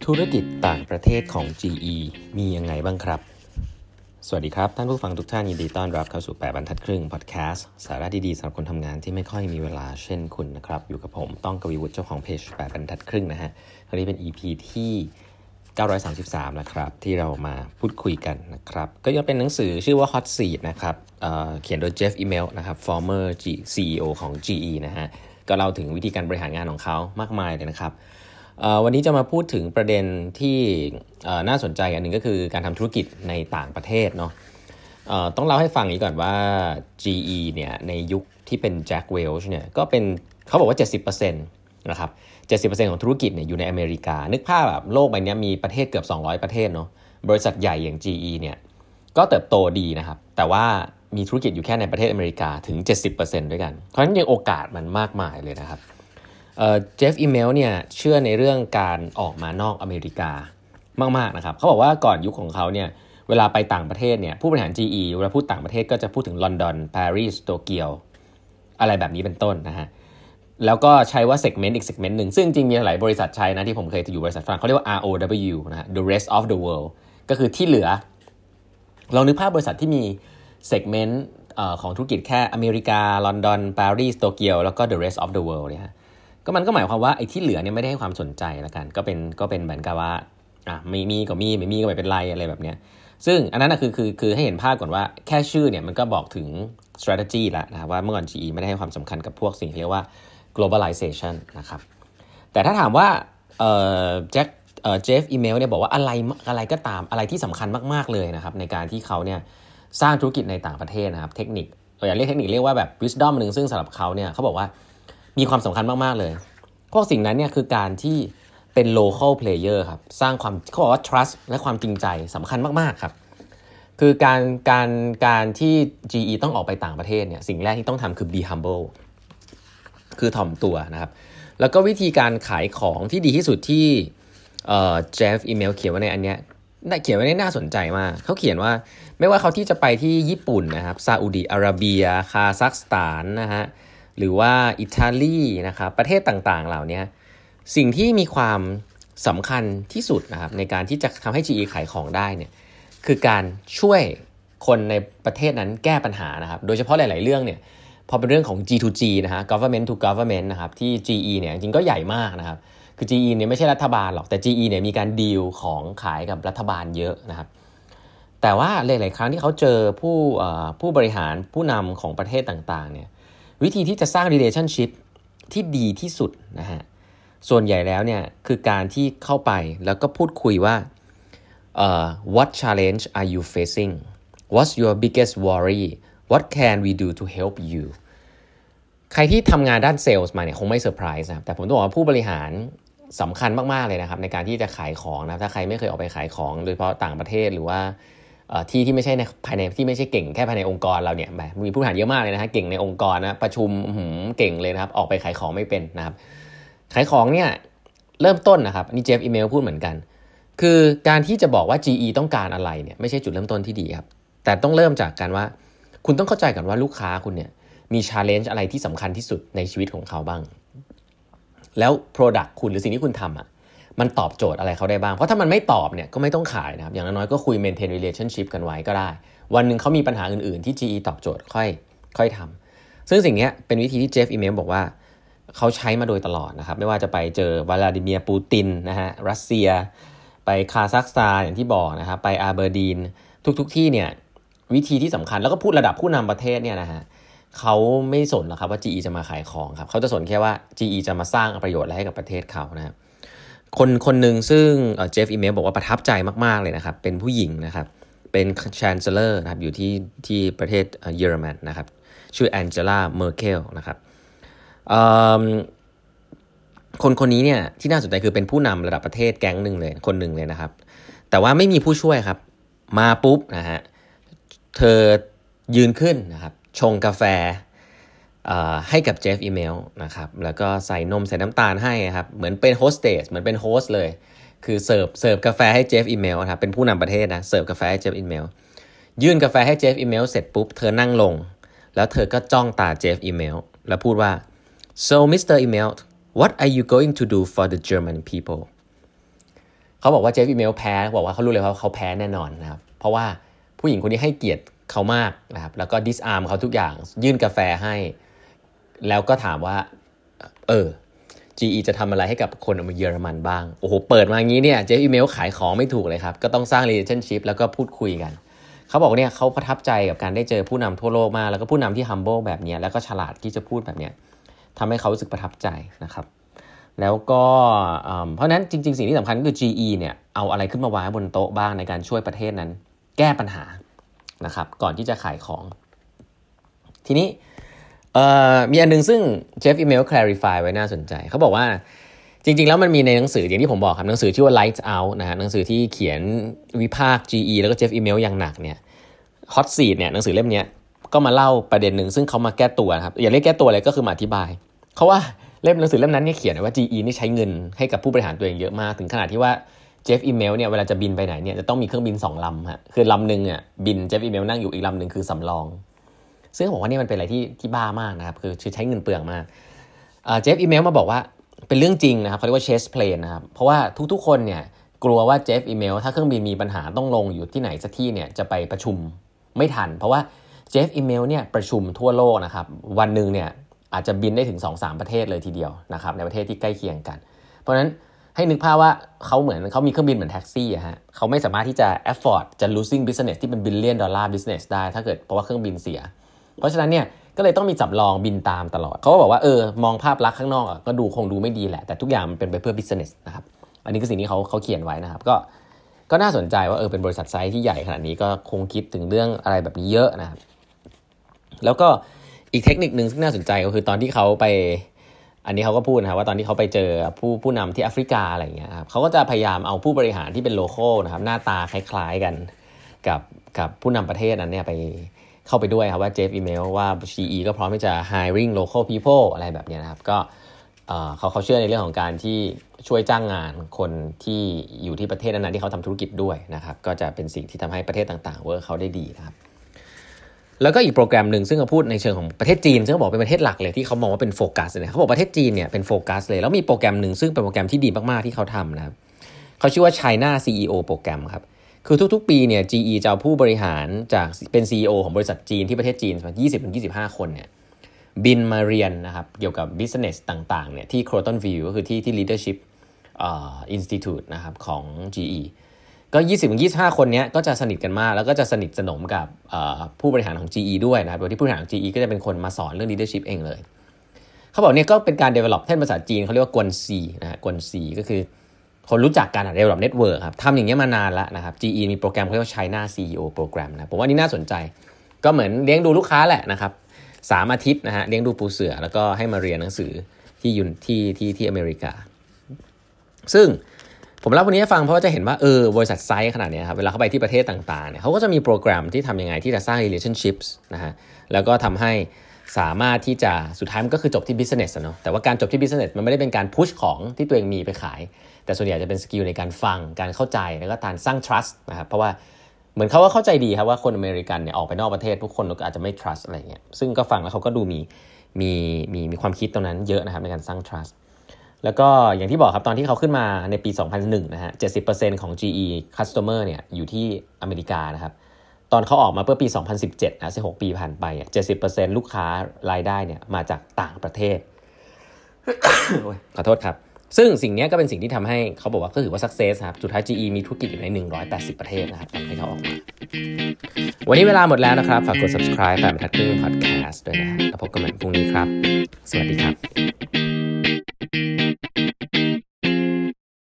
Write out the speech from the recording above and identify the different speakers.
Speaker 1: ธุรกิจต่างประเทศของ GE มียังไงบ้างครับสวัสดีครับท่านผู้ฟังทุกท่านยินดีต้อนรับเข้าสู่8บรรทัดครึ่งพอดแคสต์สาระดีๆสำหรับคนทำงานที่ไม่ค่อยมีเวลาเช่นคุณนะครับอยู่กับผมต้องกวีวุฒิเจ้าของเพจ8บรรทัดครึ่งนะฮะวันนี้เป็น EP ที่933แล้วครับที่เรามาพูดคุยกันนะครับก็ยังเป็นหนังสือชื่อว่า Hot Seat นะครับเขียนโดย Jeff Immelt นะครับ former CEO ของ GE นะฮะก็เล่าถึงวิธีการบริหารงานของเขามากมายเลยนะครับวันนี้จะมาพูดถึงประเด็นที่น่าสนใจอันหนึ่งก็คือการทำธุรกิจในต่างประเทศเนาะต้องเล่าให้ฟังนี้ก่อนว่า GE เนี่ยในยุคที่เป็น Jack Welch เนี่ยก็เป็นเขาบอกว่า 70% นะครับ 70% ของธุรกิจเนี่ยอยู่ในอเมริกานึกภาพแบบโลกใบนี้มีประเทศเกือบ200ประเทศเนาะบริษัทใหญ่อย่าง GE เนี่ยก็เติบโตดีนะครับแต่ว่ามีธุรกิจอยู่แค่ในประเทศอเมริกาถึง 70% ด้วยกันเพราะฉะนั้นยังโอกาสมันมากมายเลยนะครับเจฟอิเมลเนี่ยเชื่อในเรื่องการออกมานอกอเมริกามากๆนะครับเขาบอกว่าก่อนยุคของเขาเนี่ยเวลาไปต่างประเทศเนี่ยผู้บริหาร GE เวลาพูดต่างประเทศก็จะพูดถึงลอนดอนปารีสโตเกียวอะไรแบบนี้เป็นต้นนะฮะแล้วก็ใช้ว่าเซกเมนต์อีกเซกเมนต์หนึ่งซึ่งจริงมีหลายบริษัทใช้นะที่ผมเคยอยู่บริษัทฝรั่งเขาเรียกว่า ROW นะฮะ the rest of the world ก็คือที่เหลือลองนึกภาพบริษัทที่มีเซกเมนต์ของธุรกิจแค่อเมริกาลอนดอนปารีสโตเกียวแล้วก็ the rest of the world เนี่ยฮะก็มันก็หมายความว่าไอ้ที่เหลือเนี่ยไม่ได้ให้ความสนใจละกันก็เป็นเหมือนกับว่ามีก็มีไม่มีก็ไม่เป็นไรอะไรแบบเนี้ยซึ่งอันนั้นคือให้เห็นภาพก่อนว่าแค่ชื่อเนี่ยมันก็บอกถึง strategy แล้วนะว่าเมื่อก่อน GE ไม่ได้ให้ความสำคัญกับพวกสิ่งที่เรียกว่า globalization นะครับแต่ถ้าถามว่าเจฟอีเมลเนี่ยบอกว่าอะไรก็ตามอะไรที่สำคัญมากๆเลยนะครับในการที่เขาเนี่ยสร้างธุรกิจในต่างประเทศนะครับเทคนิคอย่าเรียกเทคนิคเรียกว่าแบบ wisdom นึงซึ่งสำหรับเขาเนี่ยเขาบอกว่ามีความสำคัญมากๆเลยพวกสิ่งนั้นเนี่ยคือการที่เป็น local player ครับสร้างความเขาบอกว่า trust และความจริงใจสำคัญมากๆครับคือการที่ GE ต้องออกไปต่างประเทศเนี่ยสิ่งแรกที่ต้องทำคือ be humble คือถ่อมตัวนะครับแล้วก็วิธีการขายของที่ดีที่สุดที่เจฟอีเมลเขียนไว้ในอันเนี้ยเขียนไว้ในน่าสนใจมากเขาเขียนว่าไม่ว่าเขาที่จะไปที่ญี่ปุ่นนะครับซาอุดิอาระเบียคาซัคสถานนะฮะหรือว่าอิตาลีนะครับประเทศต่างๆเหล่านี้สิ่งที่มีความสำคัญที่สุดนะครับในการที่จะทำให้ GE ขายของได้เนี่ยคือการช่วยคนในประเทศนั้นแก้ปัญหานะครับโดยเฉพาะหลายๆเรื่องเนี่ยพอเป็นเรื่องของ G2G นะฮะ government to government นะครับที่ GE เนี่ยจริงๆก็ใหญ่มากนะครับคือ GE เนี่ยไม่ใช่รัฐบาลหรอกแต่ GE เนี่ยมีการดีลของขายกับรัฐบาลเยอะนะครับแต่ว่าหลายๆครั้งที่เขาเจอผู้บริหารผู้นำของประเทศต่างๆเนี่ยวิธีที่จะสร้าง relationship ที่ดีที่สุดนะฮะส่วนใหญ่แล้วเนี่ยคือการที่เข้าไปแล้วก็พูดคุยว่าwhat challenge are you facing what's your biggest worry what can we do to help you ใครที่ทำงานด้านเซลส์มาเนี่ยคงไม่เซอร์ไพรส์นะครับแต่ผมต้องบอกว่าผู้บริหารสำคัญมากๆเลยนะครับในการที่จะขายของนะถ้าใครไม่เคยออกไปขายของโดยเฉพาะต่างประเทศหรือว่าที่ไม่ใช่ในภายในที่ไม่ใช่เก่งแค่ภายในองค์กรเราเนี่ยมีผู้บริหารเยอะมากเลยนะฮะเก่งในองค์กรนะประชุมเก่งเลยนะครับออกไปขายของไม่เป็นนะครับขายของเนี่ยเริ่มต้นนะครับนี่เจฟอีเมลพูดเหมือนกันคือการที่จะบอกว่า GE ต้องการอะไรเนี่ยไม่ใช่จุดเริ่มต้นที่ดีครับแต่ต้องเริ่มจากการว่าคุณต้องเข้าใจก่อนว่าลูกค้าคุณเนี่ยมี challenge อะไรที่สำคัญที่สุดในชีวิตของเขาบ้างแล้ว product คุณหรือสิ่งที่คุณทำมันตอบโจทย์อะไรเขาได้บ้างเพราะถ้ามันไม่ตอบเนี่ยก็ไม่ต้องขายนะครับอย่างน้อยๆก็คุย maintain relationship กันไว้ก็ได้วันนึงเขามีปัญหาอื่นๆที่ GE ตอบโจทย์ค่อยทำซึ่งสิ่งนี้เป็นวิธีที่เจฟอีเมลบอกว่าเขาใช้มาโดยตลอดนะครับไม่ว่าจะไปเจอวลาดิเมียร์ปูตินนะฮะรัสเซียไปคาซัคสถานอย่างที่บอกนะครับไปอาเบอร์ดีนทุกที่เนี่ยวิธีที่สำคัญแล้วก็พูดระดับผู้นำประเทศเนี่ยนะฮะเขาไม่สนหรอกครับว่า GE จะมาขายของครับเขาจะสนแค่ว่า GE จะมาสร้างประโยชน์อะไรให้กับประเทศเขานะครับคนหนึ่งซึ่งเจฟอีเมลบอกว่าประทับใจมากๆเลยนะครับเป็นผู้หญิงนะครับเป็น Chancellor นะครับอยู่ที่ประเทศเยอรมันนะครับชื่อแองเจล่าเมอร์เกลนะครับคนนี้เนี่ยที่น่าสนใจคือเป็นผู้นำระดับประเทศแก๊งหนึ่งเลยคนหนึ่งเลยนะครับแต่ว่าไม่มีผู้ช่วยครับมาปุ๊บนะฮะเธอยืนขึ้นนะครับชงกาแฟให้กับเจฟอีเมลนะครับแล้วก็ใส่นมใส่น้ำตาลให้ครับเหมือนเป็นโฮสเตสเหมือนเป็นโฮสต์เลยคือเสิร์ฟกาแฟให้เจฟอีเมลครับเป็นผู้นำประเทศนะเสิร์ฟกาแฟให้เจฟอีเมลยื่นกาแฟให้เจฟอีเมลเสร็จปุ๊บเธอนั่งลงแล้วเธอก็จ้องตาเจฟอีเมลแล้วพูดว่า so Mr. Email what are you going to do for the German people เขาบอกว่าเจฟอีเมลแพ้บอกว่าเขารู้เลยว่าเขาแพ้แน่นอนนะครับเพราะว่าผู้หญิงคนนี้ให้เกียรติเขามากนะครับแล้วก็ดิสอาร์มเขาทุกอย่างยื่นกาแฟให้แล้วก็ถามว่าGE จะทำอะไรให้กับคนเยอรมันบ้างโอ้โหเปิดมาอย่างนี้เนี่ยเจฟอีเมลขายของไม่ถูกเลยครับก็ต้องสร้าง relationship แล้วก็พูดคุยกันเขาบอกเนี่ยเขาประทับใจกับการได้เจอผู้นำทั่วโลกมากแล้วก็ผู้นำที่ humble แบบนี้แล้วก็ฉลาดที่จะพูดแบบนี้ทำให้เขารู้สึกประทับใจนะครับแล้วก็เพราะนั้นจริงๆสิ่งที่สำคัญก็คือ GE เนี่ยเอาอะไรขึ้นมาวางบนโต๊ะบ้างในการช่วยประเทศนั้นแก้ปัญหานะครับก่อนที่จะขายของทีนี้มีอันนึงซึ่งเจฟอีเมล clarify ไว้น่าสนใจเขาบอกว่าจริงๆแล้วมันมีในหนังสืออย่างที่ผมบอกครับหนังสือชื่อว่า Lights Out นะฮะหนังสือที่เขียนวิพากษ์ GE แล้วก็เจฟอีเมลอย่างหนักเนี่ย Hot Seat เนี่ยหนังสือเล่มนี้ก็มาเล่าประเด็นหนึ่งซึ่งเขามาแก้ตัวครับอย่าเรียกแก้ตัวเลยก็คือมาอธิบายเขาว่าหนังสือเล่มนั้นเนี่ยเขียนว่า GE นี่ใช้เงินให้กับผู้บริหารตัวเองเยอะมากถึงขนาดที่ว่าเจฟอีเมลเนี่ยเวลาจะบินไปไหนเนี่ยจะต้องมีเครื่องบิน2ลำฮะคือลำนึงอ่ะบินเจฟอีเมลนั่งอยู่อีกลำนึงคือสำรองซึ่งผมว่านี่มันเป็นอะไรที่บ้ามากนะครับคือใช้เงินเปลืองมากเจฟอีเมลมาบอกว่าเป็นเรื่องจริงนะครับเขาเรียกว่าเชสเพลนนะครับเพราะว่าทุกๆคนเนี่ยกลัวว่าเจฟอีเมลถ้าเครื่องบินมีปัญหาต้องลงอยู่ที่ไหนสักที่เนี่ยจะไปประชุมไม่ทันเพราะว่าเจฟอีเมลเนี่ยประชุมทั่วโลกนะครับวันนึงเนี่ยอาจจะบินได้ถึง 2-3 ประเทศเลยทีเดียวนะครับในประเทศที่ใกล้เคียงกันเพราะฉะนั้นให้นึกภาพว่าเขามีเครื่องบินเหมือนแท็กซี่อะฮะเขาไม่สามารถที่จะ afford จะ losing business ที่เป็น billion dollar business ได้ถ้าเกิดเพราะว่าเครื่องบินเสียเพราะฉะนั้นเนี่ยก็เลยต้องมีสำรองบินตามตลอดเขาก็บอกว่ามองภาพลักษณ์ข้างนอกก็คงดูไม่ดีแหละแต่ทุกอย่างมันเป็นไปเพื่อ business นะครับอันนี้คือสิ่งที่เขาเขียนไว้นะครับก็น่าสนใจว่าเป็นบริษัทไซส์ที่ใหญ่ขนาดนี้ก็คงคิดถึงเรื่องอะไรแบบนี้เยอะนะครับแล้วก็อีกเทคนิคนึงซึ่งน่าสนใจก็คือตอนที่เขาไปอันนี้เขาก็พูดนะครับว่าตอนที่เขาไปเจอผู้นำที่แอฟริกาอะไรอย่างเงี้ยครับเขาก็จะพยายามเอาผู้บริหารที่เป็นโลคอลนะครับหน้าตาคล้ายๆกันกับผู้นำประเทศนั้นเนี่ยไปเข้าไปด้วยครับว่าเจฟอีเมลว่า GE ก็พร้อมที่จะ hiring local people อะไรแบบนี้นะครับก็เขาเชื่อในเรื่องของการที่ช่วยจ้างงานคนที่อยู่ที่ประเทศนั้นๆที่เขาทำธุรกิจด้วยนะครับก็จะเป็นสิ่งที่ทำให้ประเทศต่างๆเวิร์คเขาได้ดีนะครับแล้วก็อีกโปรแกรมหนึ่งซึ่งเขาพูดในเชิงของประเทศจีนซึ่งเขาบอกเป็นประเทศหลักเลยที่เขามองว่าเป็นโฟกัสเลยเขาบอกประเทศจีนเนี่ยเป็นโฟกัสเลยแล้วมีโปรแกรมหนึ่งซึ่งเป็นโปรแกรมที่ดีมากๆที่เขาทำนะครับเขาชื่อว่า China CEO โปรแกรมครับคือทุกๆปีเนี่ย GE จะเอาผู้บริหารจากเป็น CEO ของบริษัทจีนที่ประเทศจีนประมาณ 20-25 คนเนี่ยบินมาเรียนนะครับเกี่ยวกับ business ต่างๆเนี่ยที่ Croton View ก็คือที่ leadership institute นะครับของ GE ก็ 20-25 คนนี้ก็จะสนิทกันมากแล้วก็จะสนิทสนมกับผู้บริหารของ GE ด้วยนะครับโดยที่ผู้บริหารของ GE ก็จะเป็นคนมาสอนเรื่อง leadership เองเลยเขาบอกเนี่ยก็เป็นการ develop ภาษาจีนเขาเรียกว่ากวนซีนะฮะกวนซีก็คือคนรู้จักกัน develop network ครับทำอย่างเงี้ยมานานแล้วนะครับ GE มีโปรแกรมเขาเรียกว่า China CEO โปรแกรมนะผมว่านี่น่าสนใจก็เหมือนเลี้ยงดูลูกค้าแหละนะครับ3 อาทิตย์นะฮะเลี้ยงดูปูเสือแล้วก็ให้มาเรียนหนังสือที่อเมริกาซึ่งผมเล่าวันนี้ให้ฟังเพราะว่าจะเห็นว่าบริษัทไซส์ขนาดนี้ครับเวลาเขาไปที่ประเทศต่างๆเนี่ยเขาก็จะมีโปรแกรมที่ทำยังไงที่จะสร้าง relationships นะฮะแล้วก็ทำให้สามารถที่จะสุดท้ายมันก็คือจบที่ business เนาะแต่ว่าการจบที่ business มันไม่ได้เป็นการ push ของที่ตัวเองมีไปขายแต่ส่วนใหญ่จะเป็นสกิลในการฟังการเข้าใจแล้วก็การสร้าง trust นะครับเพราะว่าเหมือนเขาก็เข้าใจดีครับว่าคนอเมริกันเนี่ยออกไปนอกประเทศทุกคนก็อาจจะไม่ trust อะไรเงี้ยซึ่งก็ฟังแล้วเขาก็ดูมีความคิดตรงนั้นเยอะนะครับในการสร้าง trust แล้วก็อย่างที่บอกครับตอนที่เขาขึ้นมาในปี 2001 นะฮะ 70%ของ GE customer เนี่ยอยู่ที่อเมริกานะครับตอนเขาออกมาเมื่อปี 2017 นะ16 ปีผ่านไป 70% ลูกค้ารายได้เนี่ยมาจากต่างประเทศ ขอโทษครับซึ่งสิ่งนี้ก็เป็นสิ่งที่ทำให้เขาบอกว่าก็ถือว่า success ครับสุดท้าย GE มีธุรกิจอยู่ใน180ประเทศนะครับตอนที่เขาออกมาวันนี้เวลาหมดแล้วนะครับฝากกด subscribe แบบบรรทัดครึ่ง podcast ด้วยนะฮะแล้วพบกันใหม่พรุ่งนี้ครับสวัสดีครับ